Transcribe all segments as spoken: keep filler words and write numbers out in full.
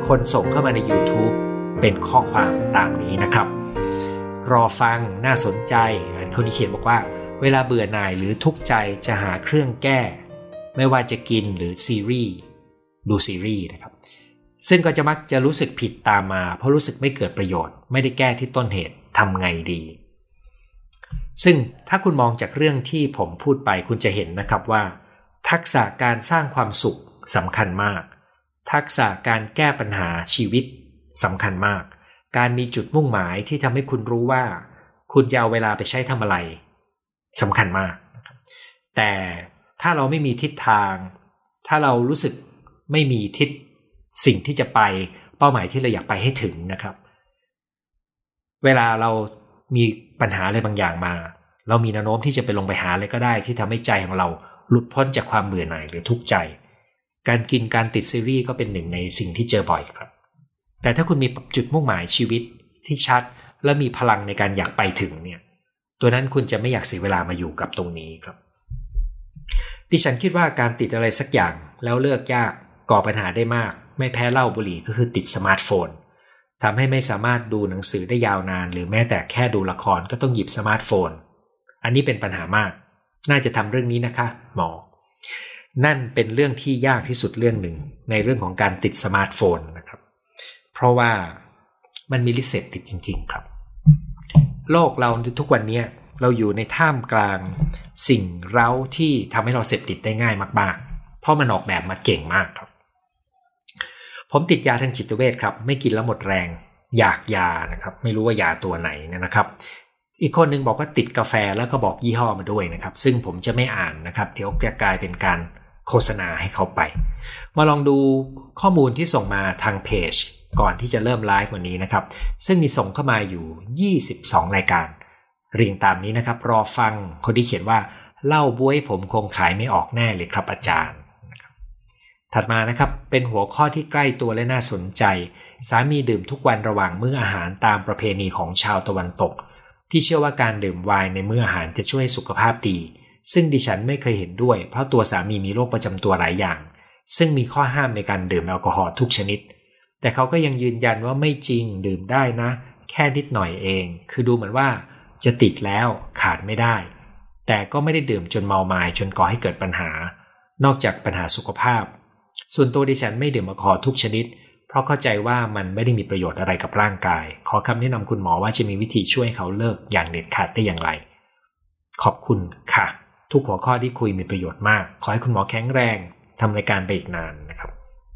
คนส่งเข้ามาใน YouTube เป็นข้อความตามนี้นะครับรอฟังน่าสนใจอันคนนี้เขียนบอกว่าเวลาเบื่อหน่ายหรือทุกข์ใจจะหาเครื่องแก้ไม่ว่าจะกินหรือซีรีส์ดูซีรีส์นะครับซึ่งก็จะมักจะรู้สึกผิดตามมาเพราะรู้สึกไม่เกิดประโยชน์ไม่ได้แก้ที่ต้นเหตุทำไงดีซึ่งถ้าคุณมองจากเรื่องที่ผมพูดไปคุณจะเห็นนะครับว่าทักษะการสร้างความสุขสำคัญมากทักษะการแก้ปัญหาชีวิตสำคัญมากการมีจุดมุ่งหมายที่ทำให้คุณรู้ว่าคุณจะเอาเวลาไปใช้ทำอะไรสำคัญมากแต่ถ้าเราไม่มีทิศทางถ้าเรารู้สึกไม่มีทิศสิ่งที่จะไปเป้าหมายที่เราอยากไปให้ถึงนะครับเวลาเรามีปัญหาอะไรบางอย่างมาเรามีแนวโน้มที่จะไปลงไปหาอะไรก็ได้ที่ทำให้ใจของเราหลุดพ้นจากความเบื่อหน่ายหรือทุกข์ใจการกินการติดซีรีส์ก็เป็นหนึ่งในสิ่งที่เจอบ่อยครับแต่ถ้าคุณมีจุดมุ่งหมายชีวิตที่ชัดและมีพลังในการอยากไปถึงเนี่ยตัวนั้นคุณจะไม่อยากเสียเวลามาอยู่กับตรงนี้ครับดิฉันคิดว่าการติดอะไรสักอย่างแล้วเลิกยากก่อปัญหาได้มากไม่แพ้เหล้าบุหรี่ก็คือติดสมาร์ทโฟนทำให้ไม่สามารถดูหนังสือได้ยาวนานหรือแม้แต่แค่ดูละครก็ต้องหยิบสมาร์ทโฟนอันนี้เป็นปัญหามากน่าจะทำเรื่องนี้นะคะหมอนั่นเป็นเรื่องที่ยากที่สุดเรื่องหนึ่งในเรื่องของการติดสมาร์ทโฟนนะครับเพราะว่ามันมีฤทธิ์เสพติดจริงๆครับโลกเราทุกวันนี้เราอยู่ในท่ามกลางสิ่งเร้าที่ทำให้เราเสพติดได้ง่ายมากๆเพราะมันออกแบบมาเก่งมากครับผมติดยาทางจิตเวชครับไม่กินแล้วหมดแรงอยากยานะครับไม่รู้ว่ายาตัวไหนนะครับอีกคนนึงบอกว่าติดกาแฟแล้วก็บอกยี่ห้อมาด้วยนะครับซึ่งผมจะไม่อ่านนะครับเดี๋ยวจะกลายเป็นการโฆษณาให้เขาไปมาลองดูข้อมูลที่ส่งมาทางเพจก่อนที่จะเริ่มไลฟ์วันนี้นะครับซึ่งมีส่งเข้ามาอยู่ยี่สิบสองรายการเรียงตามนี้นะครับรอฟังคนที่เขียนว่าเหล้าบ๊วยผมคงขายไม่ออกแน่เลยครับอาจารย์ถัดมานะครับเป็นหัวข้อที่ใกล้ตัวและน่าสนใจสามีดื่มทุกวันระหว่างมื้ออาหารตามประเพณีของชาวตะวันตกที่เชื่อว่าการดื่มไวน์ในมื้ออาหารจะช่วยให้สุขภาพดีซึ่งดิฉันไม่เคยเห็นด้วยเพราะตัวสามีมีโรคประจำตัวหลายอย่างซึ่งมีข้อห้ามในการดื่มแอลกอฮอล์ทุกชนิดแต่เขาก็ยังยืนยันว่าไม่จริงดื่มได้นะแค่นิดหน่อยเองคือดูเหมือนว่าจะติดแล้วขาดไม่ได้แต่ก็ไม่ได้ดื่มจนเมามายจนก่อให้เกิดปัญหานอกจากปัญหาสุขภาพส่วนตัวดิฉันไม่ดื่มแอลกอฮอล์ทุกชนิดเพราะเข้าใจว่ามันไม่ได้มีประโยชน์อะไรกับร่างกายขอคำแนะนำคุณหมอว่าจะมีวิธีช่วยเขาเลิกอย่างเด็ดขาดได้อย่างไรขอบคุณค่ะทุกหัวข้อที่คุยมีประโยชน์มากขอให้คุณหมอแข็งแรงทำรายการไปอีกนานนะครับ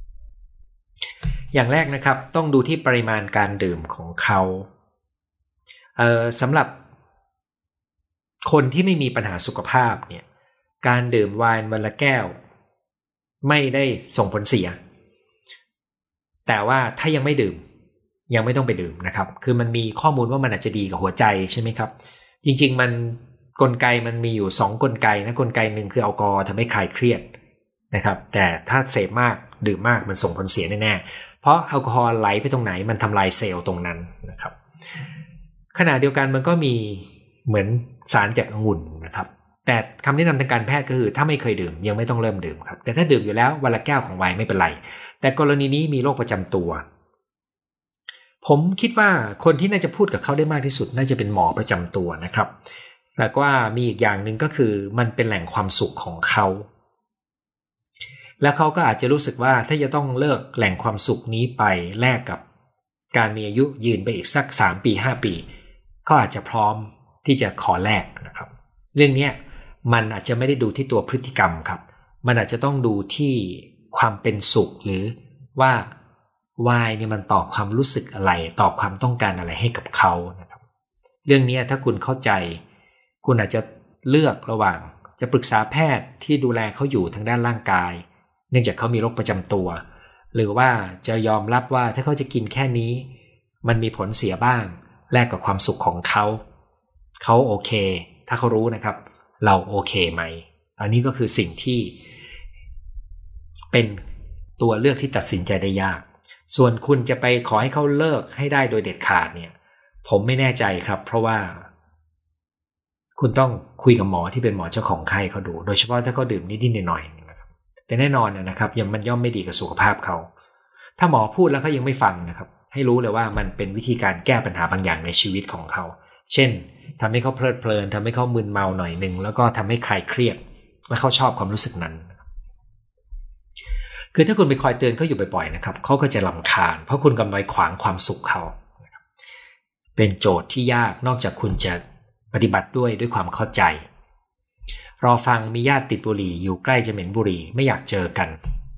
อย่างแรกนะครับต้องดูที่ปริมาณการดื่มของเขาเอ่อสำหรับคนที่ไม่มีปัญหาสุขภาพเนี่ยการดื่มไวน์วันละแก้วไม่ได้ส่งผลเสียแต่ว่าถ้ายังไม่ดื่มยังไม่ต้องไปดื่มนะครับคือมันมีข้อมูลว่ามันอาจจะดีกับหัวใจใช่ไหมครับจริงๆมันกลไกมันมีอยู่สองกลไกนะกลไกหนึ่งคือแอลกอฮอล์ทำให้คลายเครียดนะครับแต่ถ้าเสพมากดื่มมากมันส่งผลเสียแน่ๆเพราะแอลกอฮอล์ไหลไปตรงไหนมันทำลายเซลล์ตรงนั้นนะครับขณะเดียวกันมันก็มีเหมือนสารจากองุ่นนะครับแต่คำแนะนำทางการแพทย์ก็คือถ้าไม่เคยดื่มยังไม่ต้องเริ่มดื่มครับแต่ถ้าดื่มอยู่แล้ววันละแก้วของไวน์ไม่เป็นไรแต่กรณีนี้มีโรคประจำตัวผมคิดว่าคนที่น่าจะพูดกับเขาได้มากที่สุดน่าจะเป็นหมอประจำตัวนะครับแล้วก็มีอีกอย่างหนึ่งก็คือมันเป็นแหล่งความสุขของเขาแล้วเขาก็อาจจะรู้สึกว่าถ้าจะต้องเลิกแหล่งความสุขนี้ไปแลกกับการมีอายุยืนไปอีกสักสามปีห้าปีก็อาจจะพร้อมที่จะขอแลกนะครับเรื่องนี้มันอาจจะไม่ได้ดูที่ตัวพฤติกรรมครับมันอาจจะต้องดูที่ความเป็นสุขหรือว่าวายเนี่ยมันตอบความรู้สึกอะไรตอบความต้องการอะไรให้กับเขานะครับเรื่องนี้ถ้าคุณเข้าใจคุณอาจจะเลือกระหว่างจะปรึกษาแพทย์ที่ดูแลเขาอยู่ทางด้านร่างกายเนื่องจากเขามีโรคประจำตัวหรือว่าจะยอมรับว่าถ้าเขาจะกินแค่นี้มันมีผลเสียบ้างแลกกับความสุขของเขาเขาโอเคถ้าเขารู้นะครับเราโอเคไหมอันนี้ก็คือสิ่งที่เป็นตัวเลือกที่ตัดสินใจได้ยากส่วนคุณจะไปขอให้เขาเลิกให้ได้โดยเด็ดขาดเนี่ยผมไม่แน่ใจครับเพราะว่าคุณต้องคุยกับหมอที่เป็นหมอเจ้าของไข้เขาดูโดยเฉพาะถ้าเขาดื่มนิดๆหน่อยๆนะครับแต่แน่นอนนะครับยังมันย่อมไม่ดีกับสุขภาพเขาถ้าหมอพูดแล้วเขายังไม่ฟังนะครับให้รู้เลยว่ามันเป็นวิธีการแก้ปัญหาบางอย่างในชีวิตของเขาเช่นทำให้เขาเพลิดเพลินทำให้เขามึนเมาหน่อยนึงแล้วก็ทำให้คลายเครียดและเขาชอบความรู้สึกนั้นคือถ้าคุณไปคอยเตือนเขาอยู่บ่อยๆนะครับเขาก็จะรำคาญเพราะคุณกำลังขวางความสุขเขาเป็นโจทย์ที่ยากนอกจากคุณจะปฏิบัติด้วยด้วยความเข้าใจรอฟังมีญาติติดบุหรี่อยู่ใกล้จะเหม็นบุหรี่ไม่อยากเจอกัน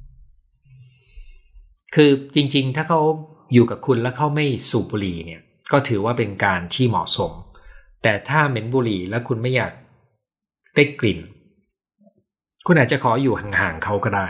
คือจริงๆถ้าเขาอยู่กับคุณแล้วเขาไม่สูบบุหรี่เนี่ยก็ถือว่าเป็นการที่เหมาะสมแต่ถ้าเหม็นบุหรี่แล้วคุณไม่อยากได้กลิ่นคุณอาจจะขออยู่ห่างๆเขาก็ได้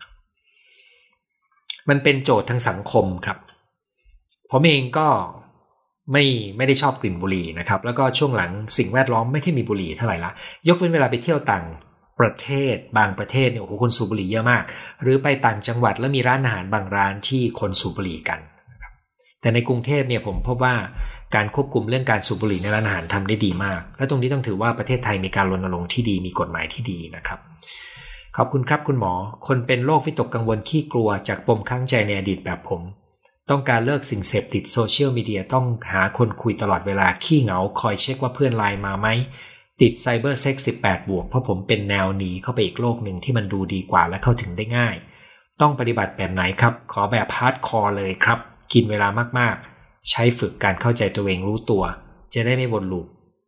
มันเป็นโจทย์ทางสังคมครับผมเองก็ไม่ไม่ได้ชอบกลิ่นบุหรี่นะครับแล้วก็ช่วงหลังสิ่งแวดล้อมไม่ค่อยมีบุหรี่เท่าไหร่ละยกเว้นเวลาไปเที่ยวต่างประเทศบางประเทศเนี่ยโอ้โหคนสูบบุหรี่เยอะมากหรือไปต่างจังหวัดแล้วมีร้านอาหารบางร้านที่คนสูบบุหรี่กันนะครับแต่ในกรุงเทพเนี่ยผมพบว่าการควบคุมเรื่องการสูบบุหรี่ในร้านอาหารทำได้ดีมากและตรงนี้ต้องถือว่าประเทศไทยมีการรณรงค์ที่ดีมีกฎหมายที่ดีนะครับขอบคุณครับคุณหมอคนเป็นโรควิตกกังวลขี้กลัวจากปมข้างใจในอดีตแบบผมต้องการเลิกสิ่งเสพติดโซเชียลมีเดียต้องหาคนคุยตลอดเวลาขี้เหงาคอยเช็คว่าเพื่อนไลน์มาไหมติดไซเบอร์เซ็กซ์สิบแปดบวกเพราะผมเป็นแนวหนีเข้าไปอีกโลกหนึ่งที่มันดูดีกว่าและเข้าถึงได้ง่ายต้องปฏิบัติแบบไหนครับขอแบบฮาร์ดคอร์เลยครับกินเวลามากๆใช้ฝึกการเข้าใจตัวเองรู้ตัวจะได้ไม่วนลูป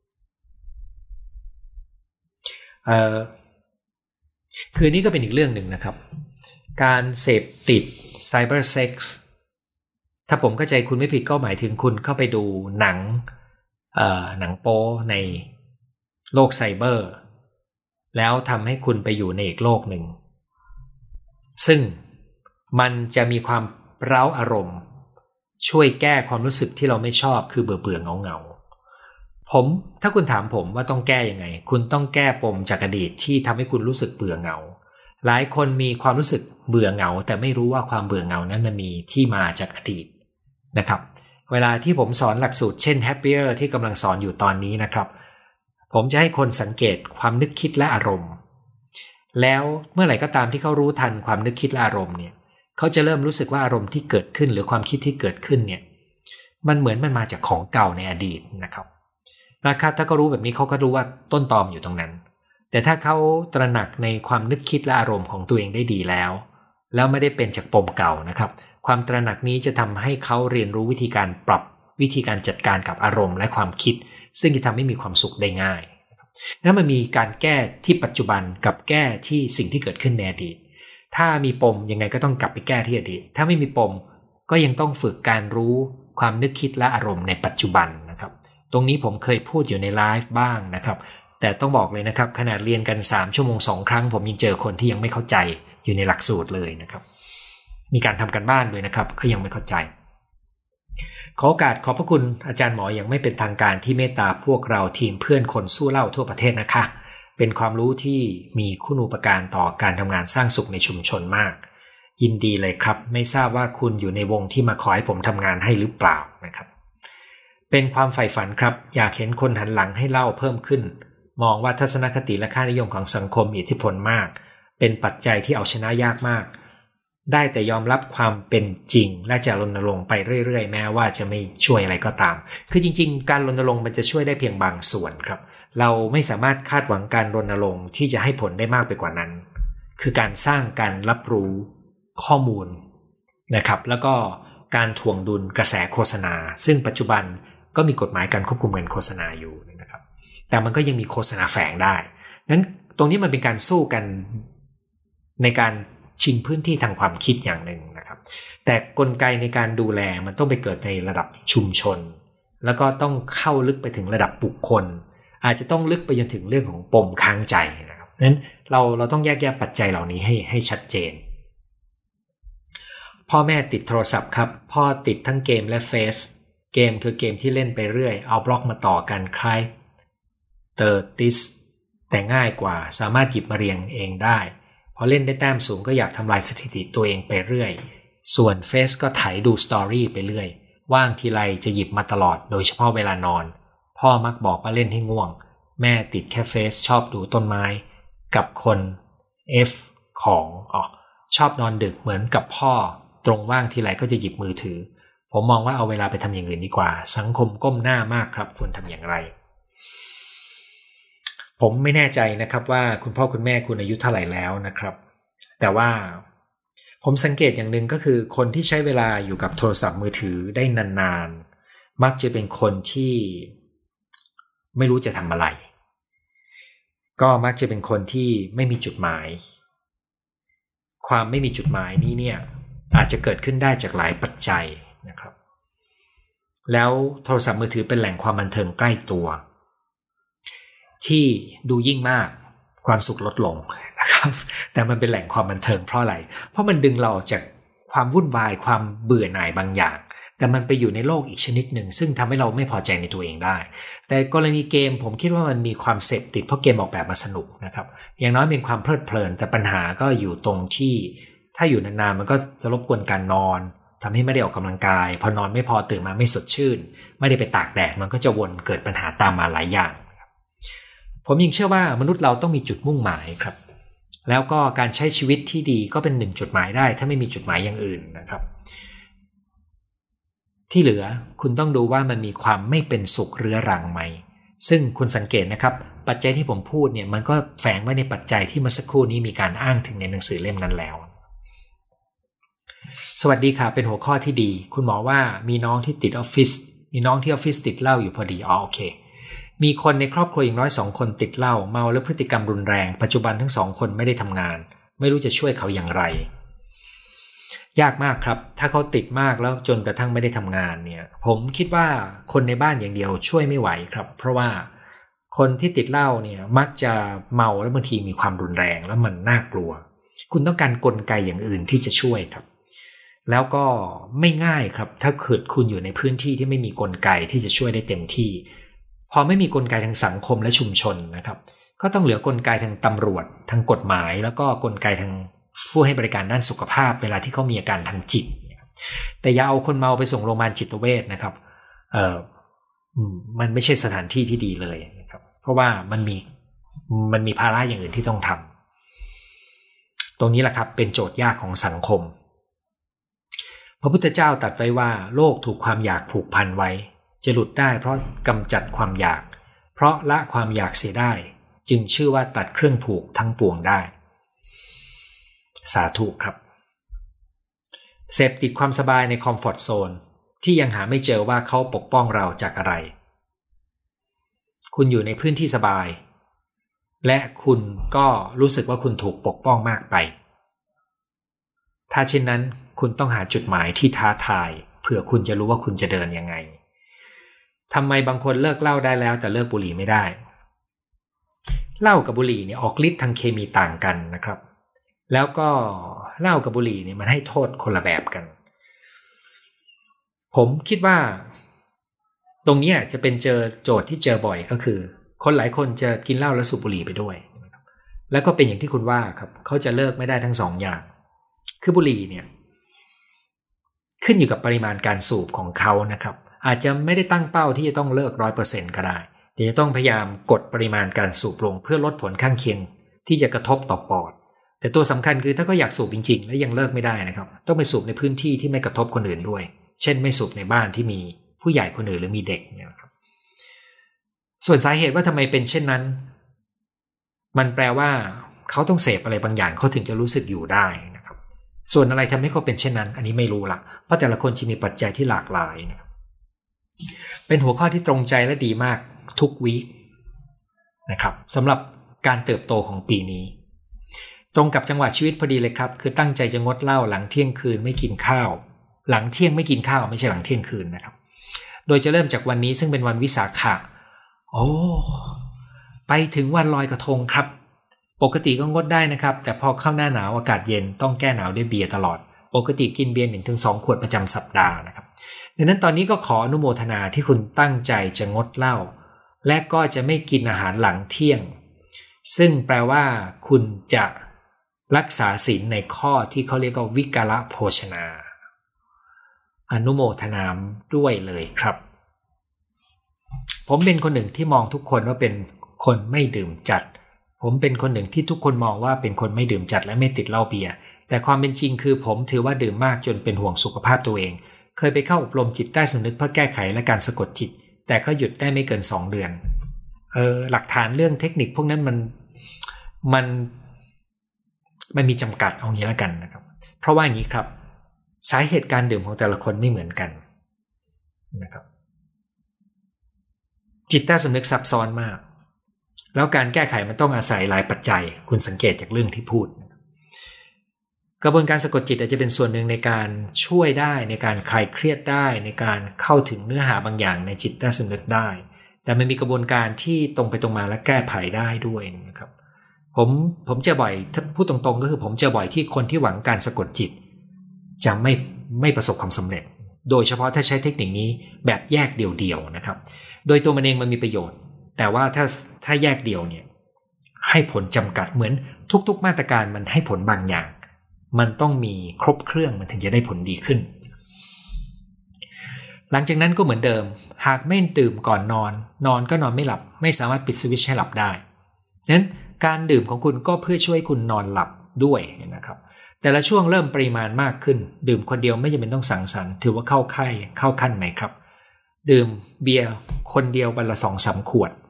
เอ่อคือนี่ก็เป็นอีกเรื่องหนึ่งนะครับการเสพติดไซเบอร์เซ็กซ์ถ้าผมเข้าใจคุณไม่ผิดก็หมายถึงคุณเข้าไปดูหนังเอ่อหนังโป๊ในโลกไซเบอร์แล้วทำให้คุณไปอยู่ในอีกโลกหนึ่งซึ่งมันจะมีความเร้าอารมณ์ช่วยแก้ความรู้สึกที่เราไม่ชอบคือเบื่อเบื่อเงาเงาผมถ้าคุณถามผมว่าต้องแก้ยังไงคุณต้องแก้ปมจากอดีตที่ทำให้คุณรู้สึกเบื่อเหงาหลายคนมีความรู้สึกเบื่อเหงาแต่ไม่รู้ว่าความเบื่อเหงานั้นมันมีที่มาจากอดีตนะครับเวลาที่ผมสอนหลักสูตรเช่น Happier ที่กำลังสอนอยู่ตอนนี้นะครับผมจะให้คนสังเกตความนึกคิดและอารมณ์แล้วเมื่อไหร่ก็ตามที่เขารู้ทันความนึกคิดและอารมณ์เนี่ยเขาจะเริ่มรู้สึกว่าอารมณ์ที่เกิดขึ้นหรือความคิดที่เกิดขึ้นเนี่ยมันเหมือนมันมาจากของเก่าในอดีตนะครับนะครับถ้าเขารู้แบบนี้เขาก็รู้ว่าต้นตอมอยู่ตรงนั้นแต่ถ้าเขาตระหนักในความนึกคิดและอารมณ์ของตัวเองได้ดีแล้วแล้วไม่ได้เป็นจากปมเก่านะครับความตระหนักนี้จะทำให้เขาเรียนรู้วิธีการปรับวิธีการจัดการกับอารมณ์และความคิดซึ่งจะทำให้มีความสุขได้ง่ายนั่นมันมีการแก้ที่ปัจจุบันกับแก้ที่สิ่งที่เกิดขึ้นในอดีตถ้ามีปมยังไงก็ต้องกลับไปแก้ที่อดีตถ้าไม่มีปมก็ยังต้องฝึกการรู้ความนึกคิดและอารมณ์ในปัจจุบันนะครับตรงนี้ผมเคยพูดอยู่ในไลฟ์บ้างนะครับแต่ต้องบอกเลยนะครับขนาดเรียนกันสามชั่วโมงสองครั้งผมยังเจอคนที่ยังไม่เข้าใจอยู่ในหลักสูตรเลยนะครับมีการทำกันบ้านด้วยนะครับเขายังไม่เข้าใจขอโอกาสขอบพระคุณอาจารย์หมออย่างไม่เป็นทางการที่เมตตาพวกเราทีมเพื่อนคนสู้เหล้าทั่วประเทศนะคะเป็นความรู้ที่มีคุณูปการต่อการทำงานสร้างสุขในชุมชนมากยินดีเลยครับไม่ทราบว่าคุณอยู่ในวงที่มาขอให้ผมทำงานให้หรือเปล่านะครับเป็นความใฝ่ฝันครับอยากเห็นคนหันหลังให้เหล้าเพิ่มขึ้นมองว่าทัศนคติและค่านิยมของสังคมมีอิทธิพลมากเป็นปัจจัยที่เอาชนะยากมากได้แต่ยอมรับความเป็นจริงและจะรณรงค์ไปเรื่อยๆแม้ว่าจะไม่ช่วยอะไรก็ตามคือจริงๆการรณรงค์มันจะช่วยได้เพียงบางส่วนครับเราไม่สามารถคาดหวังการรณรงค์ที่จะให้ผลได้มากไปกว่านั้นคือการสร้างการรับรู้ข้อมูลนะครับแล้วก็การถ่วงดุลกระแสโฆษณาซึ่งปัจจุบันก็มีกฎหมายการควบคุมการโฆษณาอยู่นะครับแต่มันก็ยังมีโฆษณาแฝงได้นั้นตรงนี้มันเป็นการสู้กันในการชิงพื้นที่ทางความคิดอย่างหนึ่งนะครับแต่กลไกในการดูแลมันต้องไปเกิดในระดับชุมชนแล้วก็ต้องเข้าลึกไปถึงระดับบุคคลอาจจะต้องลึกไปจนถึงเรื่องของปมค้างใจนะครับนั้นเราเราต้องแยกแยะปัจจัยเหล่านี้ให้ให้ชัดเจนพ่อแม่ติดโทรศัพท์ครับพ่อติดทั้งเกมและเฟซเกมคือเกมที่เล่นไปเรื่อยเอาบล็อกมาต่อกันคล้ายเตอร์ติสแต่ง่ายกว่าสามารถหยิบมาเรียงเองได้พอเล่นได้แต้มสูงก็อยากทำลายสถิติตัวเองไปเรื่อยส่วนเฟซก็ไถดูสตอรี่ไปเรื่อยว่างทีไรจะหยิบมาตลอดโดยเฉพาะเวลานอนพ่อมักบอกว่าเล่นให้ง่วงแม่ติดแค่เฟซชอบดูต้นไม้กับคน F ของอ๋อชอบนอนดึกเหมือนกับพ่อตรงว่างทีไรก็จะหยิบมือถือผมมองว่าเอาเวลาไปทำอย่างอื่นดีกว่าสังคมก้มหน้ามากครับควรทำอย่างไรผมไม่แน่ใจนะครับว่าคุณพ่อคุณแม่คุณอายุเท่าไหร่แล้วนะครับแต่ว่าผมสังเกตอย่างหนึ่งก็คือคนที่ใช้เวลาอยู่กับโทรศัพท์มือถือได้นานๆมักจะเป็นคนที่ไม่รู้จะทำอะไรก็มักจะเป็นคนที่ไม่มีจุดหมายความไม่มีจุดหมายนี้เนี่ยอาจจะเกิดขึ้นได้จากหลายปัจจัยนะครับแล้วโทรศัพท์มือถือเป็นแหล่งความบันเทิงใกล้ตัวที่ดูยิ่งมากความสุขลดลงนะครับแต่มันเป็นแหล่งความบันเทิงเพราะอะไรเพราะมันดึงเราออกจากความวุ่นวายความเบื่อหน่ายบางอย่างแต่มันไปอยู่ในโลกอีกชนิดหนึ่งซึ่งทำให้เราไม่พอใจในตัวเองได้แต่กรณีเกมผมคิดว่ามันมีความเสพติดเพราะเกมออกแบบมาสนุกนะครับอย่างน้อยเป็นความเพลิดเพลินแต่ปัญหาก็อยู่ตรงที่ถ้าอยู่นานๆมันก็จะรบกวนการนอนทำให้ไม่ได้ออกกำลังกายพอนอนไม่พอตื่นมาไม่สดชื่นไม่ได้ไปตากแดดมันก็จะวนเกิดปัญหาตามมาหลายอย่างผมยิ่งเชื่อว่ามนุษย์เราต้องมีจุดมุ่งหมายครับแล้วก็การใช้ชีวิตที่ดีก็เป็นหนึ่งจุดหมายได้ถ้าไม่มีจุดหมายอย่างอื่นนะครับที่เหลือคุณต้องดูว่ามันมีความไม่เป็นสุขเรื้อรังไหมซึ่งคุณสังเกตนะครับปัจจัยที่ผมพูดเนี่ยมันก็แฝงไว้ในปัจจัยที่เมื่อสักครู่นี้มีการอ้างถึงในหนังสือเล่มนั้นแล้วสวัสดีค่ะเป็นหัวข้อที่ดีคุณหมอว่ามีน้องที่ติดออฟฟิศมีน้องที่ออฟฟิศติดเหล้าอยู่พอดีอ๋อโอเคมีคนในครอบครัวอย่างน้อยสองคนติดเหล้าเมาและพฤติกรรมรุนแรงปัจจุบันทั้งสองคนไม่ได้ทำงานไม่รู้จะช่วยเขาอย่างไรยากมากครับถ้าเขาติดมากแล้วจนกระทั่งไม่ได้ทำงานเนี่ยผมคิดว่าคนในบ้านอย่างเดียวช่วยไม่ไหวครับเพราะว่าคนที่ติดเหล้าเนี่ยมักจะเมาแล้วบางทีมีความรุนแรงแล้วมันน่ากลัวคุณต้องการกลไกอย่างอื่นที่จะช่วยครับแล้วก็ไม่ง่ายครับถ้าเกิดคุณอยู่ในพื้นที่ที่ไม่มีกลไกที่จะช่วยได้เต็มที่พอไม่มีกลไกทางสังคมและชุมชนนะครับก็ต้องเหลือกลไกทางตำรวจทางกฎหมายแล้วก็กลไกทางผู้ให้บริการด้านสุขภาพเวลาที่เขามีอาการทางจิตแต่อย่าเอาคนเมาไปส่งโรงพยาบาลจิตเวชนะครับเอ่อมันไม่ใช่สถานที่ที่ดีเลยนะครับเพราะว่ามันมีมันมีภาระอย่างอื่นที่ต้องทำตรงนี้แหละครับเป็นโจทย์ยากของสังคมพระพุทธเจ้าตรัสไว้ว่าโลกถูกความอยากผูกพันไว้จะหลุดได้เพราะกำจัดความอยากเพราะละความอยากเสียได้จึงชื่อว่าตัดเครื่องผูกทั้งปวงได้สาธุครับเสพติดความสบายในคอมฟอร์ตโซนที่ยังหาไม่เจอว่าเขาปกป้องเราจากอะไรคุณอยู่ในพื้นที่สบายและคุณก็รู้สึกว่าคุณถูกปกป้องมากไปถ้าเช่นนั้นคุณต้องหาจุดหมายที่ท้าทายเผื่อคุณจะรู้ว่าคุณจะเดินยังไงทำไมบางคนเลิกเหล้าได้แล้วแต่เลิกบุหรี่ไม่ได้เหล้ากับบุหรี่เนี่ยออกฤทธิ์ทางเคมีต่างกันนะครับแล้วก็เหล้ากับบุหรี่เนี่ยมันให้โทษคนละแบบกันผมคิดว่าตรงนี้จะเป็นเจอโจทย์ที่เจอบ่อยก็คือคนหลายคนจะกินเหล้าแล้วสูบบุหรี่ไปด้วยแล้วก็เป็นอย่างที่คุณว่าครับเขาจะเลิกไม่ได้ทั้งสองอย่างคือบุหรี่เนี่ยขึ้นอยู่กับปริมาณการสูบของเขานะครับอาจจะไม่ได้ตั้งเป้าที่จะต้องเลิก ร้อยเปอร์เซ็นต์ ก็ได้แต่จะต้องพยายามกดปริมาณการสูบลงเพื่อลดผลข้างเคียงที่จะกระทบต่อปอดแต่ตัวสำคัญคือถ้าเขาอยากสูบจริงๆและยังเลิกไม่ได้นะครับต้องไปสูบในพื้นที่ที่ไม่กระทบคนอื่นด้วยเช่นไม่สูบในบ้านที่มีผู้ใหญ่คนอื่นหรือมีเด็กเนี่ยครับส่วนสาเหตุว่าทำไมเป็นเช่นนั้นมันแปลว่าเขาต้องเสพอะไรบางอย่างเขาถึงจะรู้สึกอยู่ได้นะครับส่วนอะไรทำให้เขาเป็นเช่นนั้นอันนี้ไม่รู้ละเพราะแต่ละคนจะมีปัจจัยที่หลากหลายนะครับเป็นหัวข้อที่ตรงใจและดีมากทุกวีคนะครับสำหรับการเติบโตของปีนี้ตรงกับจังหวะชีวิตพอดีเลยครับคือตั้งใจจะงดเหล้าหลังเที่ยงคืนไม่กินข้าวหลังเที่ยงไม่กินข้าวไม่ใช่หลังเที่ยงคืนนะครับโดยจะเริ่มจากวันนี้ซึ่งเป็นวันวิสาขะโอ้ไปถึงวันลอยกระทงครับปกติก็งดได้นะครับแต่พอเข้าหน้าหนาวอากาศเย็นต้องแก้หนาวด้วยเบียร์ตลอดปกติกินเบียร์ หนึ่งถึงสอง ขวดประจำสัปดาห์นะครับดังนั้นตอนนี้ก็ขออนุโมทนาที่คุณตั้งใจจะงดเหล้าและก็จะไม่กินอาหารหลังเที่ยงซึ่งแปลว่าคุณจะรักษาศีลในข้อที่เขาเรียกว่าวิกาลโภชนาอนุโมทนาด้วยเลยครับผมเป็นคนหนึ่งที่มองทุกคนว่าเป็นคนไม่ดื่มจัดผมเป็นคนหนึ่งที่ทุกคนมองว่าเป็นคนไม่ดื่มจัดและไม่ติดเหล้าเบียร์แต่ความเป็นจริงคือผมถือว่าดื่มมากจนเป็นห่วงสุขภาพตัวเองเคยไปเข้าอบรมจิตใต้สำนึกเพื่อแก้ไขและการสะกดจิตแต่ก็หยุดได้ไม่เกินสองเดือนเออหลักฐานเรื่องเทคนิคพวกนั้นมันมันมันมีจำกัดเอางี้แล้วกันนะครับเพราะว่าอย่างนี้ครับสาเหตุการดื่มของแต่ละคนไม่เหมือนกันนะครับจิตใต้สำนึกซับซ้อนมากแล้วการแก้ไขมันต้องอาศัยหลายปัจจัยคุณสังเกตจากเรื่องที่พูดกระบวนการสะกดจิตอาจจะเป็นส่วนหนึ่งในการช่วยได้ในการคลายเครียดได้ในการเข้าถึงเนื้อหาบางอย่างในจิตใต้สำนึกได้แต่มันมีกระบวนการที่ตรงไปตรงมาและแก้ไขได้ด้วยนะครับผมผมเจอบ่อยพูดตรงๆก็คือผมเจอบ่อยที่คนที่หวังการสะกดจิตจะไม่ไม่ประสบความสำเร็จโดยเฉพาะถ้าใช้เทคนิคนี้แบบแยกเดี่ยวๆนะครับโดยตัวมันเองมันมีประโยชน์แต่ว่าถ้าถ้าแยกเดี่ยวเนี่ยให้ผลจำกัดเหมือนทุกๆมาตรการมันให้ผลบางอย่างมันต้องมีครบเครื่องมันถึงจะได้ผลดีขึ้นหลังจากนั้นก็เหมือนเดิมหากไม่ดื่มก่อนนอนนอนก็นอนไม่หลับไม่สามารถปิดสวิตช์ให้หลับได้ฉะนั้นการดื่มของคุณก็เพื่อช่วยคุณนอนหลับด้วยนะครับแต่ละช่วงเริ่มปริมาณมากขึ้นดื่มคนเดียวไม่จำเป็นต้องสังสรรค์ถือว่าเข้าค่ายเข้าขั้นไหมครับดื่มเบียร์คนเดียววันละ สองถึงสาม ขวด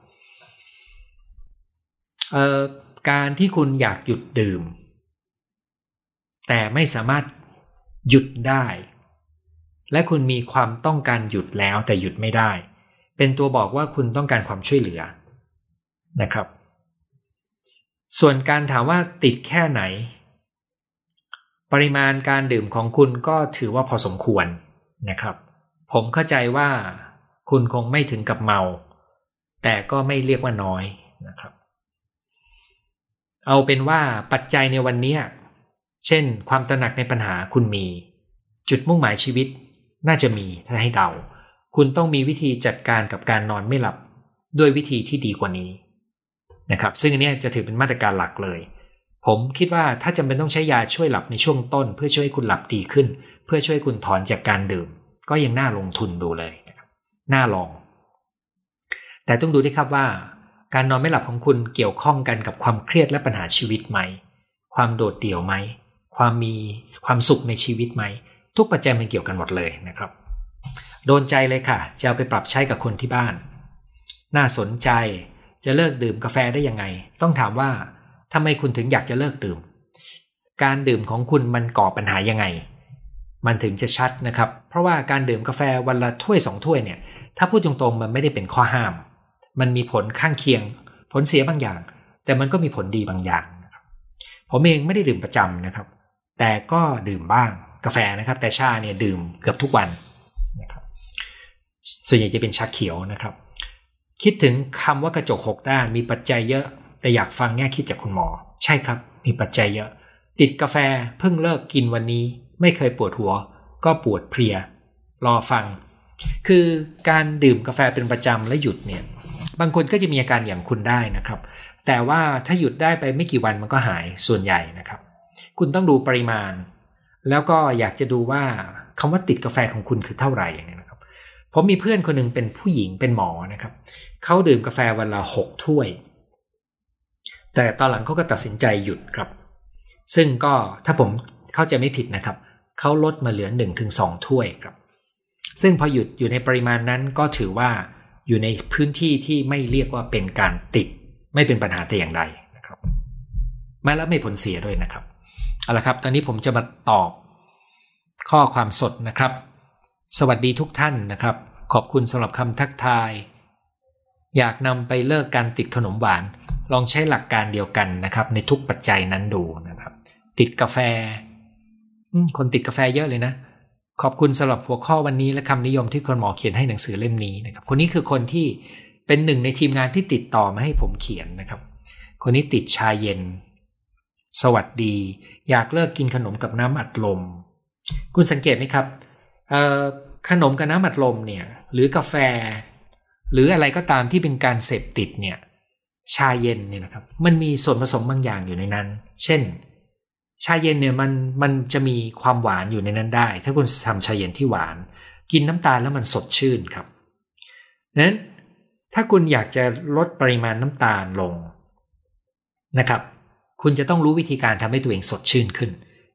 เอ่อการที่คุณอยากหยุดดื่มแต่ไม่สามารถหยุดได้และคุณมีความต้องการหยุดแล้วแต่หยุดไม่ได้เป็นตัวบอกว่าคุณต้องการความช่วยเหลือนะครับส่วนการถามว่าติดแค่ไหนปริมาณการดื่มของคุณก็ถือว่าพอสมควรนะครับผมเข้าใจว่าคุณคงไม่ถึงกับเมาแต่ก็ไม่เรียกว่าน้อยนะครับเอาเป็นว่าปัจจัยในวันนี้เช่นความตระหนักในปัญหาคุณมีจุดมุ่งหมายชีวิตน่าจะมีถ้าให้เดาคุณต้องมีวิธีจัดการกับการนอนไม่หลับด้วยวิธีที่ดีกว่านี้นะครับซึ่งอันนี้จะถือเป็นมาตรการหลักเลยผมคิดว่าถ้าจำเป็นต้องใช้ยาช่วยหลับในช่วงต้นเพื่อช่วยคุณหลับดีขึ้นเพื่อช่วยคุณถอนจากการดื่มก็ยังน่าลงทุนดูเลยนะครับน่าลองแต่ต้องดูด้วยครับว่าการนอนไม่หลับของคุณเกี่ยวข้องกันกับความเครียดและปัญหาชีวิตไหมความโดดเดี่ยวไหมความมีความสุขในชีวิตไหมทุกปัจจัยมันเกี่ยวกันหมดเลยนะครับโดนใจเลยค่ะจะเอาไปปรับใช้กับคนที่บ้านน่าสนใจจะเลิกดื่มกาแฟได้ยังไงต้องถามว่าทำไมคุณถึงอยากจะเลิกดื่มการดื่มของคุณมันก่อปัญหายังไงมันถึงจะชัดนะครับเพราะว่าการดื่มกาแฟวันละถ้วยสองถ้วยเนี่ยถ้าพูดตรงๆมันไม่ได้เป็นข้อห้ามมันมีผลข้างเคียงผลเสียบางอย่างแต่มันก็มีผลดีบางอย่างนะครับผมเองไม่ได้ดื่มประจำนะครับแต่ก็ดื่มบ้างกาแฟนะครับแต่ชาเนี่ยดื่มเกือบทุกวันนะครับส่วนใหญ่จะเป็นชาเขียวนะครับคิดถึงคำว่ากระจกหกด้านมีปัจจัยเยอะแต่อยากฟังแง่คิดจากคุณหมอใช่ครับมีปัจจัยเยอะติดกาแฟเพิ่งเลิกกินวันนี้ไม่เคยปวดหัวก็ปวดเพลียรอฟังคือการดื่มกาแฟเป็นประจำและหยุดเนี่ยบางคนก็จะมีอาการอย่างคุณได้นะครับแต่ว่าถ้าหยุดได้ไปไม่กี่วันมันก็หายส่วนใหญ่นะครับคุณต้องดูปริมาณแล้วก็อยากจะดูว่าคำว่าติดกาแฟของคุณคือเท่าไหร่อย่างนี้นะครับผมมีเพื่อนคนหนึ่งเป็นผู้หญิงเป็นหมอนะครับเขาดื่มกาแฟวันละหกถ้วยแต่ตอนหลังเขาก็ตัดสินใจหยุดครับซึ่งก็ถ้าผมเข้าใจไม่ผิดนะครับเขาลดมาเหลือ หนึ่งถึงสอง ถ้วยครับซึ่งพอหยุดอยู่ในปริมาณนั้นก็ถือว่าอยู่ในพื้นที่ที่ไม่เรียกว่าเป็นการติดไม่เป็นปัญหาแต่อย่างใดนะครับมาแล้วไม่ผลเสียด้วยนะครับเอาละครับตอนนี้ผมจะมาตอบข้อความสดนะครับสวัสดีทุกท่านนะครับขอบคุณสำหรับคำทักทายอยากนำไปเลิกการติดขนมหวานลองใช้หลักการเดียวกันนะครับในทุกปัจจัยนั้นดูนะครับติดกาแฟคนติดกาแฟเยอะเลยนะขอบคุณสำหรับหัวข้อวันนี้และคำนิยมที่คุณหมอเขียนให้หนังสือเล่มนี้นะครับคนนี้คือคนที่เป็นหนึ่งในทีมงานที่ติดต่อมาให้ผมเขียนนะครับคนนี้ติดชาเย็นสวัสดีอยากเลิกกินขนมกับน้ำอัดลมคุณสังเกตไหมครับขนมกับน้ำอัดลมเนี่ยหรือกาแฟหรืออะไรก็ตามที่เป็นการเสพติดเนี่ยชาเย็นเนี่ยนะครับมันมีส่วนผสมบางอย่างอยู่ในนั้นเช่นชาเย็นเนี่ยมันมันจะมีความหวานอยู่ในนั้นได้ถ้าคุณทำชาเย็นที่หวานกินน้ำตาลแล้วมันสดชื่นครับนั้นถ้าคุณอยากจะลดปริมาณน้ำตาลลงนะครับคุณจะต้องรู้วิธีการทำให้ตัวเองสดชื่นขึ้น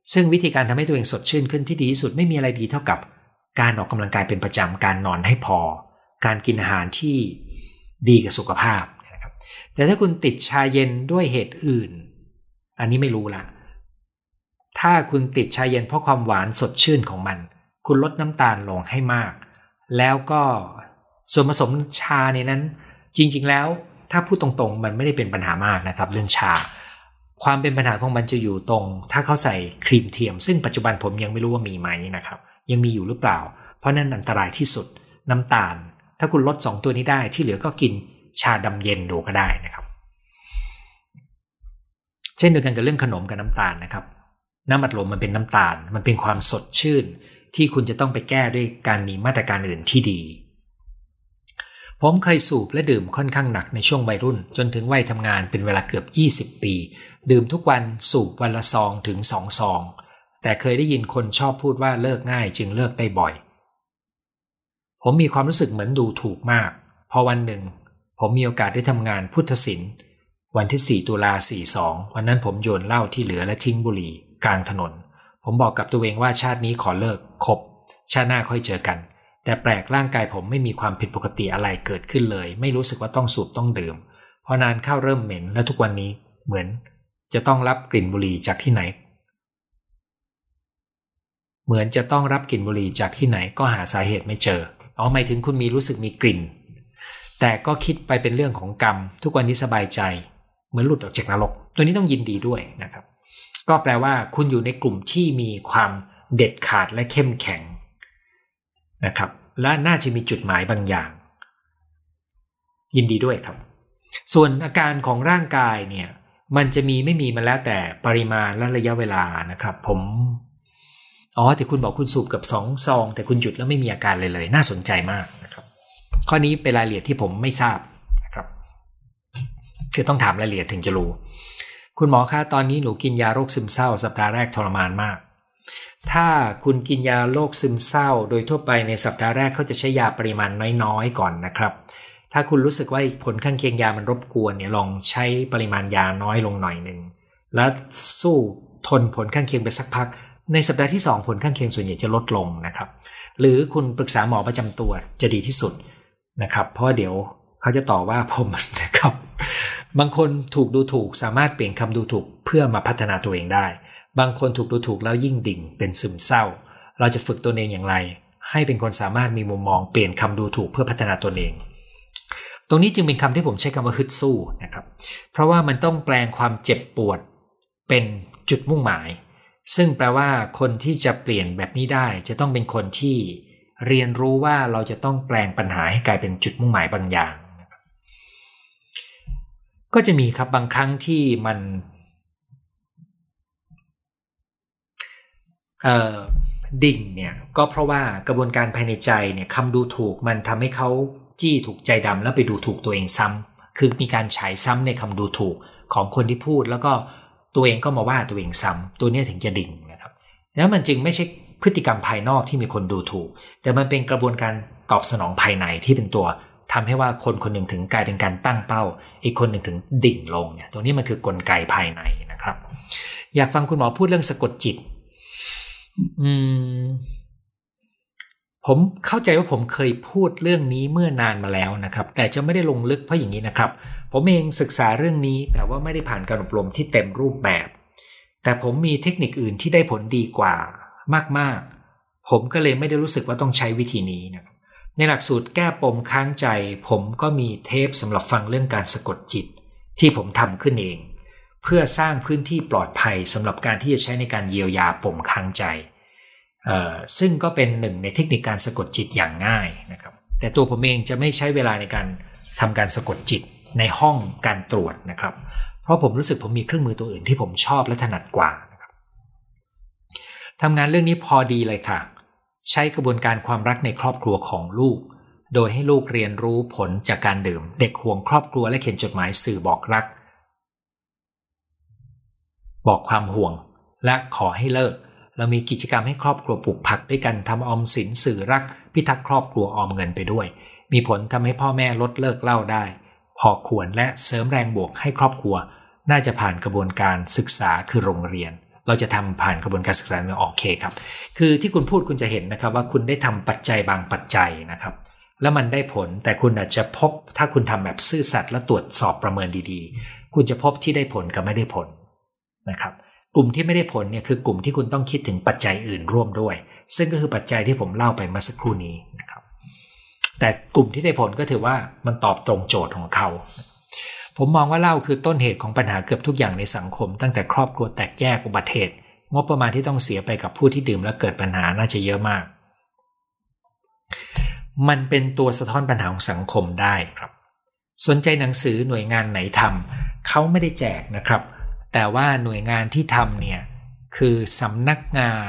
ซึ่งวิธีการทำให้ตัวเองสดชื่นขึ้นที่ดีที่สุดไม่มีอะไรดีเท่ากับการออกกำลังกายเป็นประจำการนอนให้พอการกินอาหารที่ดีกับสุขภาพนะครับแต่ถ้าคุณติดชาเย็นด้วยเหตุอื่นอันนี้ไม่รู้ละถ้าคุณติดชาเย็นเพราะความหวานสดชื่นของมันคุณลดน้ำตาลลงให้มากแล้วก็ส่วนผสมชาในนั้นจริงๆแล้วถ้าพูดตรงๆมันไม่ได้เป็นปัญหามากนะครับเรื่องชาความเป็นปัญหาของมันจะอยู่ตรงถ้าเขาใส่ครีมเทียมซึ่งปัจจุบันผมยังไม่รู้ว่ามีไหมนะครับยังมีอยู่หรือเปล่าเพราะนั่นอันตรายที่สุดน้ำตาลถ้าคุณลดสองตัวนี้ได้ที่เหลือก็กินชาดำเย็นดูก็ได้นะครับเช่นเดียวกันกับเรื่องขนมกับน้ำตาลนะครับน้ำอัดลมมันเป็นน้ำตาลมันเป็นความสดชื่นที่คุณจะต้องไปแก้ด้วยการมีมาตรการอื่นที่ดีผมเคยสูบและดื่มค่อนข้างหนักในช่วงวัยรุ่นจนถึงวัยทำงานเป็นเวลาเกือบยี่สิบปีดื่มทุกวันสูบวันละซองถึงสองซองแต่เคยได้ยินคนชอบพูดว่าเลิกง่ายจึงเลิกได้บ่อยผมมีความรู้สึกเหมือนดูถูกมากพอวันหนึ่งผมมีโอกาสได้ทำงานพุทธศิลป์วันที่สี่ตุลาสี่สิบสองวันนั้นผมโยนเหล้าที่เหลือและทิ้งบุหรี่กลางถนนผมบอกกับตัวเองว่าชาตินี้ขอเลิกคบชาติหน้าค่อยเจอกันแต่แปลกร่างกายผมไม่มีความผิดปกติอะไรเกิดขึ้นเลยไม่รู้สึกว่าต้องสูบต้องดื่มพอนานเข้าเริ่มเหม็นและทุกวันนี้เหมือนจะต้องรับกลิ่นบุหรี่จากที่ไหนเหมือนจะต้องรับกลิ่นบุหรี่จากที่ไหนก็หาสาเหตุไม่เจออ๋อหมายถึงคุณมีรู้สึกมีกลิ่นแต่ก็คิดไปเป็นเรื่องของกรรมทุกวันนี้สบายใจเหมือนหลุดออกจากนรกตัวนี้ต้องยินดีด้วยนะครับก็แปลว่าคุณอยู่ในกลุ่มที่มีความเด็ดขาดและเข้มแข็งนะครับและน่าจะมีจุดหมายบางอย่างยินดีด้วยครับส่วนอาการของร่างกายเนี่ยมันจะมีไม่มีมาแล้วแต่ปริมาณและระยะเวลานะครับผมอ๋อแต่คุณบอกคุณสูบกับสองซองแต่คุณหยุดแล้วไม่มีอาการเลยเลยน่าสนใจมากนะครับข้อนี้เป็นรายละเอียดที่ผมไม่ทราบนะครับคือต้องถามรายละเอียดถึงจะรู้คุณหมอคะตอนนี้หนูกินยาโรคซึมเศร้าสัปดาห์แรกทรมานมากถ้าคุณกินยาโรคซึมเศร้าโดยทั่วไปในสัปดาห์แรกเขาจะใช้ยาปริมาณน้อยๆก่อนนะครับถ้าคุณรู้สึกว่าผลข้างเคียงยามันรบกวนเนี่ยลองใช้ปริมาณยาน้อยลงหน่อยนึงแล้วสู้ทนผลข้างเคียงไปสักพักในสัปดาห์ที่สองผลข้างเคียงส่วนใหญ่จะลดลงนะครับหรือคุณปรึกษาหมอประจำตัวจะดีที่สุดนะครับเพราะเดี๋ยวเขาจะต่อว่าผมนะครับบางคนถูกดูถูกสามารถเปลี่ยนคำดูถูกเพื่อมาพัฒนาตัวเองได้บางคนถูกดูถูกแล้วยิ่งดิ่งเป็นซึมเศร้าเราจะฝึกตัวเองอย่างไรให้เป็นคนสามารถมีมุมมองเปลี่ยนคำดูถูกเพื่อพัฒนาตัวเองตรงนี้จึงเป็นคำที่ผมใช้คำว่าฮึดสู้นะครับเพราะว่ามันต้องแปลงความเจ็บปวดเป็นจุดมุ่งหมายซึ่งแปลว่าคนที่จะเปลี่ยนแบบนี้ได้จะต้องเป็นคนที่เรียนรู้ว่าเราจะต้องแปลงปัญหาให้กลายเป็นจุดมุ่งหมายบางอย่างก็จะมีครับบางครั้งที่มันเอ่อดิ่งเนี่ยก็เพราะว่ากระบวนการภายในใจเนี่ยคำดูถูกมันทำให้เขาจี้ถูกใจดำแล้วไปดูถูกตัวเองซ้ำคือมีการฉายซ้ำในคำดูถูกของคนที่พูดแล้วก็ตัวเองก็มาว่าตัวเองซ้ำตัวนี้ถึงจะดิ่งนะครับแล้วมันจึงไม่ใช่พฤติกรรมภายนอกที่มีคนดูถูกแต่มันเป็นกระบวนการตอบสนองภายในที่เป็นตัวทำให้ว่าคนคนหนึ่งถึงกลายเป็นการตั้งเป้าอีกคนหนึ่งถึงดิ่งลงเนี่ยตัวนี้มันคือกลไกภายในนะครับอยากฟังคุณหมอพูดเรื่องสะกดจิตอืมผมเข้าใจว่าผมเคยพูดเรื่องนี้เมื่อนานมาแล้วนะครับแต่จะไม่ได้ลงลึกเพราะอย่างนี้นะครับผมเองศึกษาเรื่องนี้แต่ว่าไม่ได้ผ่านการอบรมที่เต็มรูปแบบแต่ผมมีเทคนิคอื่นที่ได้ผลดีกว่ามากๆผมก็เลยไม่ได้รู้สึกว่าต้องใช้วิธีนี้นะครับในหลักสูตรแก้ปมค้างใจผมก็มีเทปสำหรับฟังเรื่องการสะกดจิตที่ผมทำขึ้นเองเพื่อสร้างพื้นที่ปลอดภัยสำหรับการที่จะใช้ในการเยียวยาปมค้างใจซึ่งก็เป็นหนึ่งในเทคนิคการสะกดจิตอย่างง่ายนะครับแต่ตัวผมเองจะไม่ใช้เวลาในการทำการสะกดจิตในห้องการตรวจนะครับเพราะผมรู้สึกผมมีเครื่องมือตัวอื่นที่ผมชอบและถนัดกว่านะครับทำงานเรื่องนี้พอดีเลยค่ะใช้กระบวนการความรักในครอบครัวของลูกโดยให้ลูกเรียนรู้ผลจากการดื่มเด็กห่วงครอบครัวและเขียนจดหมายสื่อบอกรักบอกความห่วงและขอให้เลิกเรามีกิจกรรมให้ครอบครัวปลูกผักด้วยกันทำออมสินสื่อรักพิทักษ์ครอบครัวออมเงินไปด้วยมีผลทำให้พ่อแม่ลดเลิกเหล้าได้พอควรและเสริมแรงบวกให้ครอบครัวน่าจะผ่านกระบวนการศึกษาคือโรงเรียนเราจะทำผ่านกระบวนการศึกษาโอเคครับคือที่คุณพูดคุณจะเห็นนะครับว่าคุณได้ทำปัจจัยบางปัจจัยนะครับแล้วมันได้ผลแต่คุณอาจจะพบถ้าคุณทำแบบซื่อสัตย์และตรวจสอบประเมินดีๆคุณจะพบที่ได้ผลกับไม่ได้ผลนะครับกลุ่มที่ไม่ได้ผลเนี่ยคือกลุ่มที่คุณต้องคิดถึงปัจจัยอื่นร่วมด้วยซึ่งก็คือปัจจัยที่ผมเล่าไปเมื่อสักครู่นี้นะครับแต่กลุ่มที่ได้ผลก็ถือว่ามันตอบตรงโจทย์ของเขาผมมองว่าเหล้าคือต้นเหตุของปัญหาเกือบทุกอย่างในสังคมตั้งแต่ครอบครัวแตกแยกอุบัติเหตุงบประมาณที่ต้องเสียไปกับผู้ที่ดื่มและเกิดปัญหาน่าจะเยอะมากมันเป็นตัวสะท้อนปัญหาของสังคมได้ครับสนใจหนังสือหน่วยงานไหนทำเขาไม่ได้แจกนะครับแต่ว่าหน่วยงานที่ทำเนี่ยคือสำนักงาน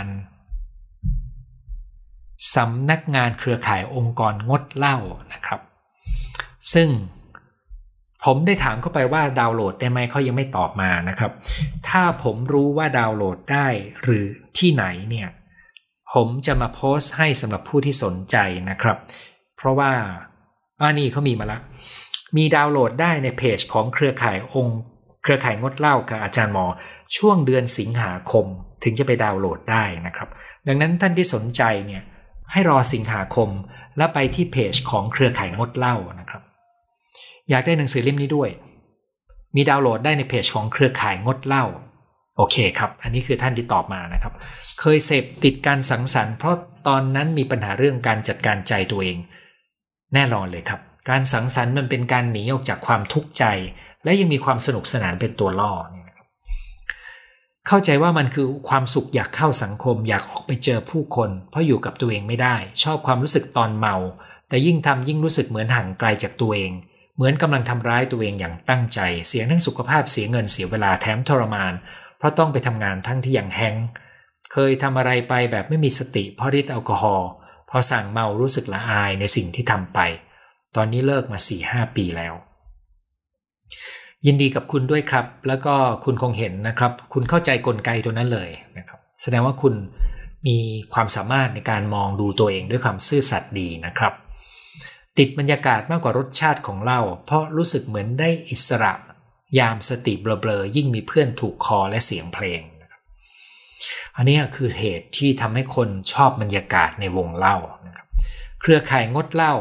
สำนักงานเครือข่ายองค์กรงดเหล้านะครับซึ่งผมได้ถามเข้าไปว่าดาวน์โหลดได้ไหมเขายังไม่ตอบมานะครับถ้าผมรู้ว่าดาวน์โหลดได้หรือที่ไหนเนี่ยผมจะมาโพสต์ให้สำหรับผู้ที่สนใจนะครับเพราะว่าอันนี้เขามีมาแล้วมีดาวน์โหลดได้ในเพจของเครือข่ายองค์เครือข่ายงดเหล้ากับอาจารย์หมอช่วงเดือนสิงหาคมถึงจะไปดาวน์โหลดได้นะครับดังนั้นท่านที่สนใจเนี่ยให้รอสิงหาคมแล้วไปที่เพจของเครือข่ายงดเหล้านะครับอยากได้หนังสือเล่มนี้ด้วยมีดาวน์โหลดได้ในเพจของเครือข่ายงดเหล้าโอเคครับอันนี้คือท่านที่ตอบมานะครับเคยเสพติดการสังสรรค์เพราะตอนนั้นมีปัญหาเรื่องการจัดการใจตัวเองแน่นอนเลยครับการสังสรรค์มันเป็นการหนีออกจากความทุกข์ใจและยังมีความสนุกสนานเป็นตัวล่อเข้าใจว่ามันคือความสุขอยากเข้าสังคมอยากออกไปเจอผู้คนเพราะอยู่กับตัวเองไม่ได้ชอบความรู้สึกตอนเมาแต่ยิ่งทำยิ่งรู้สึกเหมือนห่างไกลจากตัวเองเหมือนกำลังทำร้ายตัวเองอย่างตั้งใจเสียทั้งสุขภาพเสียเงินเสียเวลาแถมทรมานเพราะต้องไปทำงานทั้งที่ยังแฮงเคยทำอะไรไปแบบไม่มีสติเพราะฤทธิ์แอลกอฮอล์พอสั่งเมารู้สึกละอายในสิ่งที่ทำไปตอนนี้เลิกมา สี่ห้า ปีแล้วยินดีกับคุณด้วยครับแล้วก็คุณคงเห็นนะครับคุณเข้าใจกลไกตัวนั้นเลยนะครับแสดงว่าคุณมีความสามารถในการมองดูตัวเองด้วยความซื่อสัตย์ดีนะครับติดบรรยากาศมากกว่ารสชาติของเหล้าเพราะรู้สึกเหมือนได้อิสระยามสติเบลอๆยิ่งมีเพื่อนถูกคอและเสียงเพลงนะครับอันนี้คือเหตุที่ทำให้คนชอบบรรยากาศในวงเหล้านะครับเครือข่ายงดเหล้า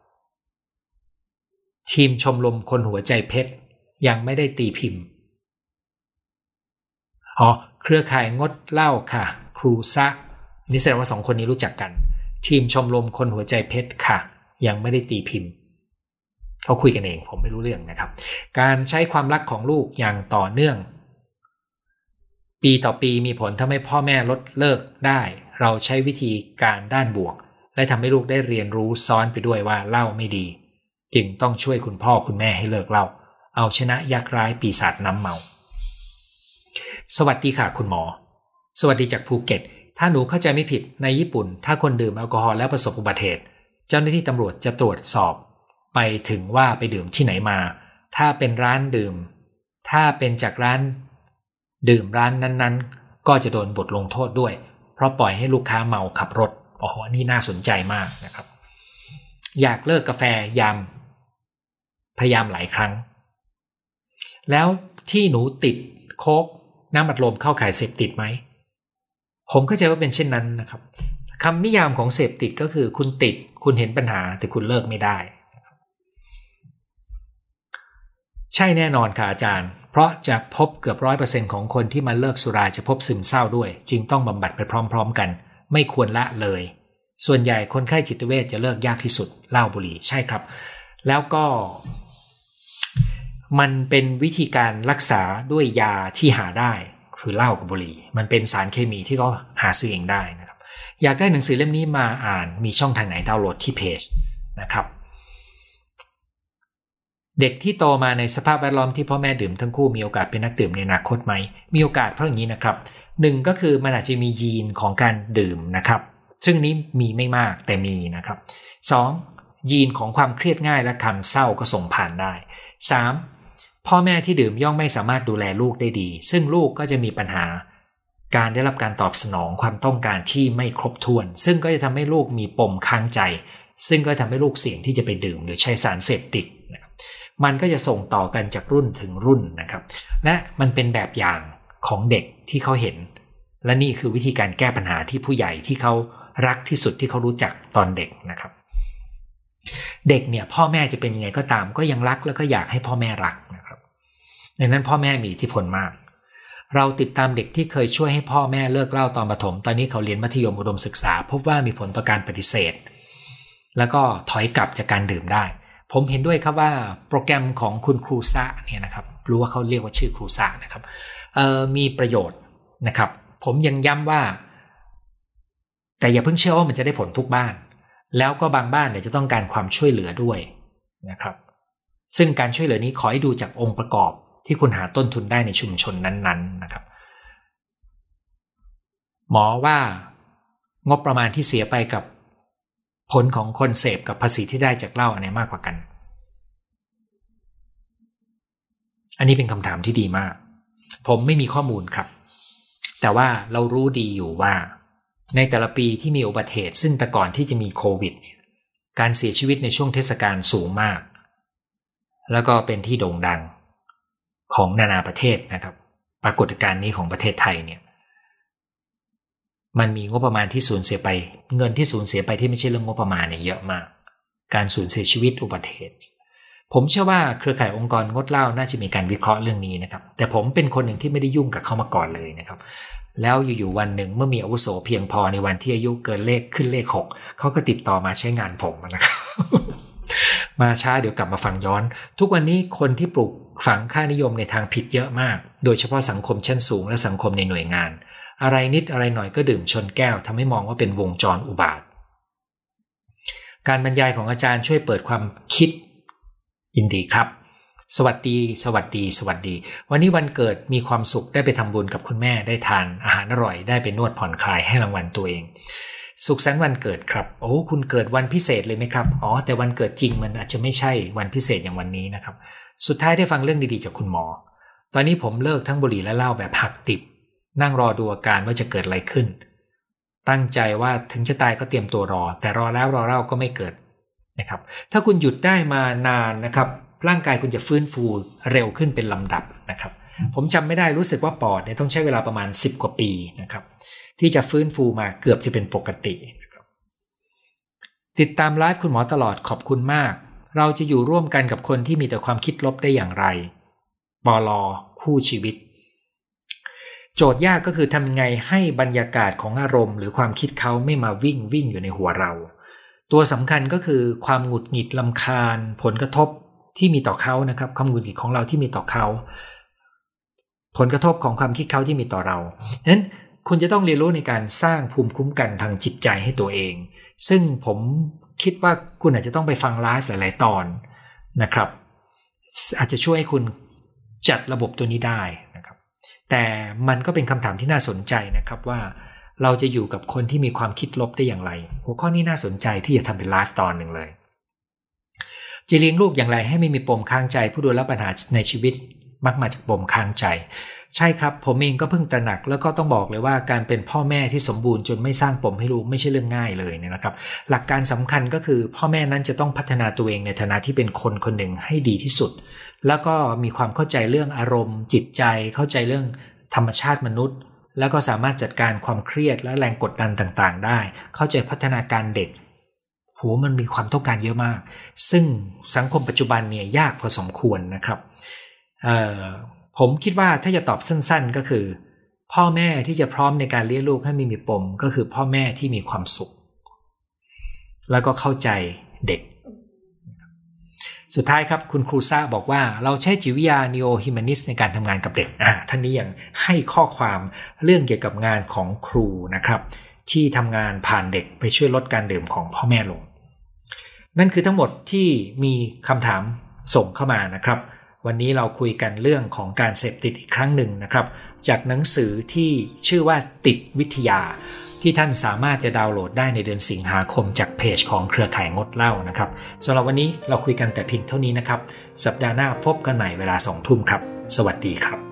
ทีมชมรมคนหัวใจเพชรยังไม่ได้ตีพิมพ์อ๋อเครือข่ายงดเหล้าค่ะครูซะนี่แสดงว่าสองคนนี้รู้จักกันทีมชมรมคนหัวใจเพชรค่ะยังไม่ได้ตีพิมพ์เขาคุยกันเองผมไม่รู้เรื่องนะครับการใช้ความรักของลูกอย่างต่อเนื่องปีต่อปีมีผลทำให้พ่อแม่ลดเลิกได้เราใช้วิธีการด้านบวกและทำให้ลูกได้เรียนรู้ซ้อนไปด้วยว่าเหล้าไม่ดีจึงต้องช่วยคุณพ่อคุณแม่ให้เลิกเหล้าเอาชนะยักษ์ร้ายปีศาจน้ำเมาสวัสดีค่ะคุณหมอสวัสดีจากภูเก็ตถ้าหนูเข้าใจไม่ผิดในญี่ปุ่นถ้าคนดื่มแอลกอฮอล์แล้วประสบอุบัติเหตุเจ้าหน้าที่ตำรวจจะตรวจสอบไปถึงว่าไปดื่มที่ไหนมาถ้าเป็นร้านดื่มถ้าเป็นจากร้านดื่มร้านนั้นๆก็จะโดนบทลงโทษด้วยเพราะปล่อยให้ลูกค้าเมาขับรถอ๋อนี่น่าสนใจมากนะครับอยากเลิกกาแฟยามพยายามหลายครั้งแล้วที่หนูติดโค้กน้ำอัดลมเข้าข่ายเสพติดไหมผมเข้าใจว่าเป็นเช่นนั้นนะครับคำนิยามของเสพติดก็คือคุณติดคุณเห็นปัญหาแต่คุณเลิกไม่ได้ใช่แน่นอนค่ะอาจารย์เพราะจะพบเกือบ ร้อยเปอร์เซ็นต์ ของคนที่มาเลิกสุราจะพบซึมเศร้าด้วยจึงต้องบำบัดไปพร้อมๆกันไม่ควรละเลยส่วนใหญ่คนไข้จิตเวชจะเลิกยากที่สุดเหล้าบุหรี่ใช่ครับแล้วก็มันเป็นวิธีการรักษาด้วยยาที่หาได้คือเหล้ากับบุหรี่มันเป็นสารเคมีที่เขาหาซื้อเองได้นะครับอยากได้หนังสือเล่มนี้มาอ่านมีช่องทางไหนดาวน์โหลดที่เพจนะครับเด็กที่โตมาในสภาพแวดล้อมที่พ่อแม่ดื่มทั้งคู่มีโอกาสเป็นนักดื่มในอนาคตไหมมีโอกาสเพราะอย่างนี้นะครับหนึ่งก็คือมันอาจจะมียีนของการดื่มนะครับซึ่งนี้มีไม่มากแต่มีนะครับสองยีนของความเครียดง่ายและความเศร้าก็ส่งผ่านได้สามพ่อแม่ที่ดื่มย่อมไม่สามารถดูแลลูกได้ดีซึ่งลูกก็จะมีปัญหาการได้รับการตอบสนองความต้องการที่ไม่ครบถ้วนซึ่งก็จะทำให้ลูกมีปมค้างใจซึ่งก็ทำให้ลูกเสี่ยงที่จะไปดื่มหรือใช้สารเสพติดนะครับมันก็จะส่งต่อกันจากรุ่นถึงรุ่นนะครับและมันเป็นแบบอย่างของเด็กที่เขาเห็นและนี่คือวิธีการแก้ปัญหาที่ผู้ใหญ่ที่เขารักที่สุดที่เขารู้จักตอนเด็กนะครับเด็กเนี่ยพ่อแม่จะเป็นยังไงก็ตามก็ยังรักแล้วก็อยากให้พ่อแม่รักนะครับดังนั้นพ่อแม่มีอิทธิพลมากเราติดตามเด็กที่เคยช่วยให้พ่อแม่เลิกเหล้าตอนประถมตอนนี้เขาเรียนมัธยมอุดมศึกษาพบว่ามีผลต่อการปฏิเสธแล้วก็ถอยกลับจากการดื่มได้ผมเห็นด้วยครับว่าโปรแกรมของคุณครูซะเนี่ยนะครับรู้ว่าเขาเรียกว่าชื่อครูซะนะครับเอ่อมีประโยชน์นะครับผมยังย้ำว่าแต่อย่าเพิ่งเชื่อว่ามันจะได้ผลทุกบ้านแล้วก็บางบ้านเนี่ยจะต้องการความช่วยเหลือด้วยนะครับซึ่งการช่วยเหลือนี้ขอให้ดูจากองค์ประกอบที่คุณหาต้นทุนได้ในชุมชนนั้นๆนะครับหมอว่างบประมาณที่เสียไปกับผลของคนเสพกับภาษีที่ได้จากเหล้าอันไหนมากกว่ากันอันนี้เป็นคำถามที่ดีมากผมไม่มีข้อมูลครับแต่ว่าเรารู้ดีอยู่ว่าในแต่ละปีที่มีอุบัติเหตุซึ่งแต่ก่อนที่จะมีโควิดการเสียชีวิตในช่วงเทศกาลสูงมากแล้วก็เป็นที่โด่งดังของนานาประเทศนะครับปรากฏการณ์นี้ของประเทศไทยเนี่ยมันมีงบประมาณที่สูญเสียไปเงินที่สูญเสียไปที่ไม่ใช่เรื่องงบประมาณเนี่ยเยอะมากการสูญเสียชีวิตอุบัติเหตุผมเชื่อว่าเครือข่ายองค์กรงดเหล้าน่าจะมีการวิเคราะห์เรื่องนี้นะครับแต่ผมเป็นคนหนึ่งที่ไม่ได้ยุ่งกับเขามาก่อนเลยนะครับแล้วอยู่ๆวันหนึ่งเมื่อมีอาวุโสเพียงพอในวันที่อายุเกินเลขขึ้นเลขหกเขาก็ติดต่อมาใช้งานผมนะครับ มาช้าเดี๋ยวกลับมาฟังย้อนทุกวันนี้คนที่ปลูกฝังค่านิยมในทางผิดเยอะมากโดยเฉพาะสังคมชั้นสูงและสังคมในหน่วยงานอะไรนิดอะไรหน่อยก็ดื่มชนแก้วทำให้มองว่าเป็นวงจรอุบาทการบรรยายของอาจารย์ช่วยเปิดความคิดยินดีครับสวัสดีสวัสดีสวัสดีวันนี้วันเกิดมีความสุขได้ไปทำบุญกับคุณแม่ได้ทานอาหารอร่อยได้ไปนวดผ่อนคลายให้รางวัลตัวเองสุขสันต์วันเกิดครับโอ้คุณเกิดวันพิเศษเลยไหมครับอ๋อแต่วันเกิดจริงมันอาจจะไม่ใช่วันพิเศษอย่างวันนี้นะครับสุดท้ายได้ฟังเรื่องดีๆจากคุณหมอตอนนี้ผมเลิกทั้งบุหรี่และเหล้าแบบหักดิบนั่งรอดูอาการว่าจะเกิดอะไรขึ้นตั้งใจว่าถึงจะตายก็เตรียมตัวรอแต่รอแล้วรอเล่าก็ไม่เกิดนะครับถ้าคุณหยุดได้มานานนะครับร่างกายคุณจะฟื้นฟูเร็วขึ้นเป็นลำดับนะครับผมจำไม่ได้รู้สึกว่าปอดเนี่ยต้องใช้เวลาประมาณสิบกว่าปีนะครับที่จะฟื้นฟูมาเกือบจะเป็นปกตินะครับติดตามไลฟ์คุณหมอตลอดขอบคุณมากเราจะอยู่ร่วมกันกับคนที่มีแต่ความคิดลบได้อย่างไรปลคู่ชีวิตโจทย์ยากก็คือทำยังไงให้บรรยากาศของอารมณ์หรือความคิดเขาไม่มาวิ่งวิ่งอยู่ในหัวเราตัวสำคัญก็คือความหงุดหงิดรำคาญผลกระทบที่มีต่อเขานะครับความหงุดหงิดของเราที่มีต่อเขาผลกระทบของความคิดเขาที่มีต่อเราฉะนั้นคุณจะต้องเรียนรู้ในการสร้างภูมิคุ้มกันทางจิตใจให้ตัวเองซึ่งผมคิดว่าคุณอาจจะต้องไปฟังไลฟ์หลายๆตอนนะครับอาจจะช่วยให้คุณจัดระบบตัวนี้ได้นะครับแต่มันก็เป็นคำถามที่น่าสนใจนะครับว่าเราจะอยู่กับคนที่มีความคิดลบได้อย่างไรหัวข้อนี้น่าสนใจที่จะทำเป็นไลฟ์ตอนหนึ่งเลยจะเลี้ยงลูกอย่างไรให้ไม่มีปมค้างใจผู้ดูแลปัญหาในชีวิตมักมาจากปมค้างใจใช่ครับผมเองก็เพิ่งตระหนักแล้วก็ต้องบอกเลยว่าการเป็นพ่อแม่ที่สมบูรณ์จนไม่สร้างปมให้ลูกไม่ใช่เรื่องง่ายเลยนะครับหลักการสำคัญก็คือพ่อแม่นั้นจะต้องพัฒนาตัวเองในฐานะที่เป็นคนคนหนึ่งให้ดีที่สุดแล้วก็มีความเข้าใจเรื่องอารมณ์จิตใจเข้าใจเรื่องธรรมชาติมนุษย์แล้วก็สามารถจัดการความเครียดและแรงกดดันต่างๆได้เข้าใจพัฒนาการเด็กโหมันมีความต้องการเยอะมากซึ่งสังคมปัจจุบันเนี่ยยากพอสมควรนะครับผมคิดว่าถ้าจะตอบสั้นๆก็คือพ่อแม่ที่จะพร้อมในการเลี้ยงลูกให้ไม่มีปมก็คือพ่อแม่ที่มีความสุขแล้วก็เข้าใจเด็กสุดท้ายครับคุณครูซ่าบอกว่าเราใช้จิตวิทยา Neo Humanist ในการทำงานกับเด็กอ่ะท่านนี้ยังให้ข้อความเรื่องเกี่ยวกับงานของครูนะครับที่ทำงานผ่านเด็กไปช่วยลดการดื่มของพ่อแม่ลงนั่นคือทั้งหมดที่มีคำถามส่งเข้ามานะครับวันนี้เราคุยกันเรื่องของการเสพติดอีกครั้งหนึ่งนะครับจากหนังสือที่ชื่อว่าติดวิทยาที่ท่านสามารถจะดาวน์โหลดได้ในเดือนสิงหาคมจากเพจของเครือข่ายงดเหล้านะครับสำหรับวันนี้เราคุยกันแต่เพียงเท่านี้นะครับสัปดาห์หน้าพบกันใหม่เวลาสองทุ่มครับสวัสดีครับ